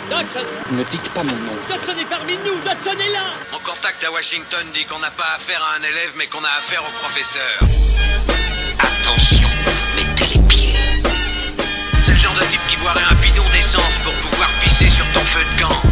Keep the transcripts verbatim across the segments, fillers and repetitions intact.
Dodson! Ne dites pas mon nom. Dodson est parmi nous! Dodson est là! Mon contact à Washington dit qu'on n'a pas affaire à un élève, mais qu'on a affaire au professeur. Attention, mettez les pieds. C'est le genre de type qui boirait un bidon d'essence pour pouvoir pisser sur ton feu de camp.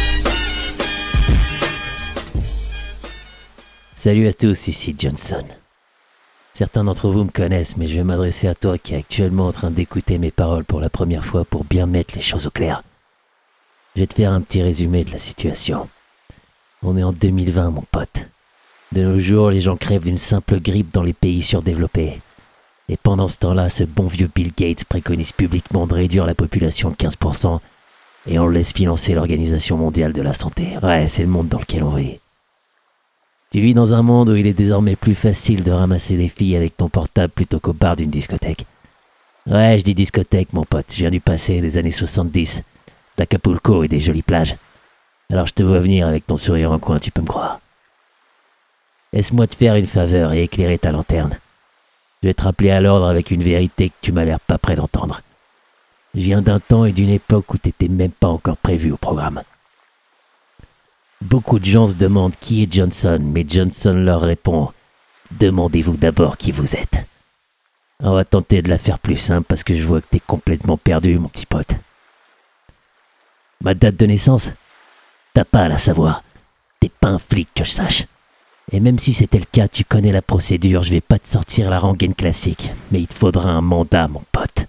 Salut à tous, ici Johnson. Certains d'entre vous me connaissent, mais je vais m'adresser à toi qui est actuellement en train d'écouter mes paroles pour la première fois pour bien mettre les choses au clair. Je vais te faire un petit résumé de la situation. On est en deux mille vingt, mon pote. De nos jours, les gens crèvent d'une simple grippe dans les pays surdéveloppés. Et pendant ce temps-là, ce bon vieux Bill Gates préconise publiquement de réduire la population de quinze pour cent et on le laisse financer l'Organisation mondiale de la santé. Ouais, c'est le monde dans lequel on vit. Tu vis dans un monde où il est désormais plus facile de ramasser des filles avec ton portable plutôt qu'au bar d'une discothèque. Ouais, je dis discothèque, mon pote. Je viens du passé, des années soixante-dix, d'Acapulco et des jolies plages. Alors je te vois venir avec ton sourire en coin, tu peux me croire. Laisse-moi te faire une faveur et éclairer ta lanterne. Je vais te rappeler à l'ordre avec une vérité que tu m'as l'air pas prêt d'entendre. Je viens d'un temps et d'une époque où t'étais même pas encore prévu au programme. Beaucoup de gens se demandent qui est Johnson, mais Johnson leur répond « Demandez-vous d'abord qui vous êtes ». On va tenter de la faire plus simple parce que je vois que t'es complètement perdu, mon petit pote. Ma date de naissance ? T'as pas à la savoir. T'es pas un flic que je sache. Et même si c'était le cas, tu connais la procédure, je vais pas te sortir la rengaine classique, mais il te faudra un mandat, mon pote.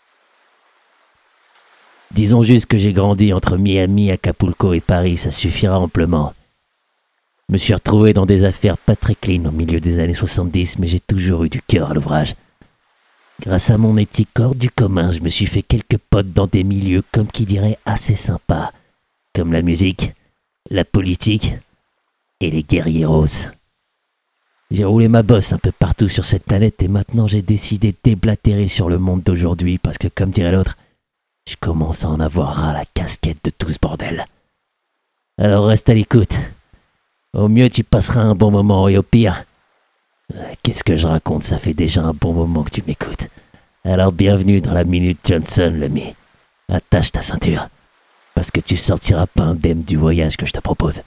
Disons juste que j'ai grandi entre Miami, Acapulco et Paris, ça suffira amplement. Je me suis retrouvé dans des affaires pas très clean au milieu des années soixante-dix, mais j'ai toujours eu du cœur à l'ouvrage. Grâce à mon éthique hors du commun, je me suis fait quelques potes dans des milieux, comme qui dirait, assez sympas, comme la musique, la politique et les guerrieros. J'ai roulé ma bosse un peu partout sur cette planète et maintenant j'ai décidé de déblatérer sur le monde d'aujourd'hui parce que, comme dirait l'autre, je commence à en avoir ras la casquette de tout ce bordel. Alors reste à l'écoute. Au mieux tu passeras un bon moment et au pire... Qu'est-ce que je raconte? Ça fait déjà un bon moment que tu m'écoutes. Alors bienvenue dans la Minute Johnson, l'ami. Attache ta ceinture, parce que tu sortiras pas indemne du voyage que je te propose.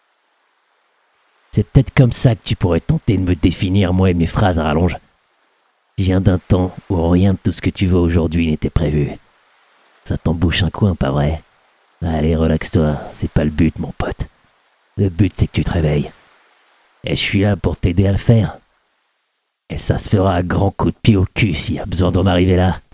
C'est peut-être comme ça que tu pourrais tenter de me définir, moi et mes phrases à rallonge. Je viens d'un temps où rien de tout ce que tu vois aujourd'hui n'était prévu. Ça t'embouche un coin, pas vrai? Allez, relaxe-toi, c'est pas le but, mon pote. Le but, c'est que tu te réveilles. Et je suis là pour t'aider à le faire. Et ça se fera à grands coups de pied au cul s'il y a besoin d'en arriver là.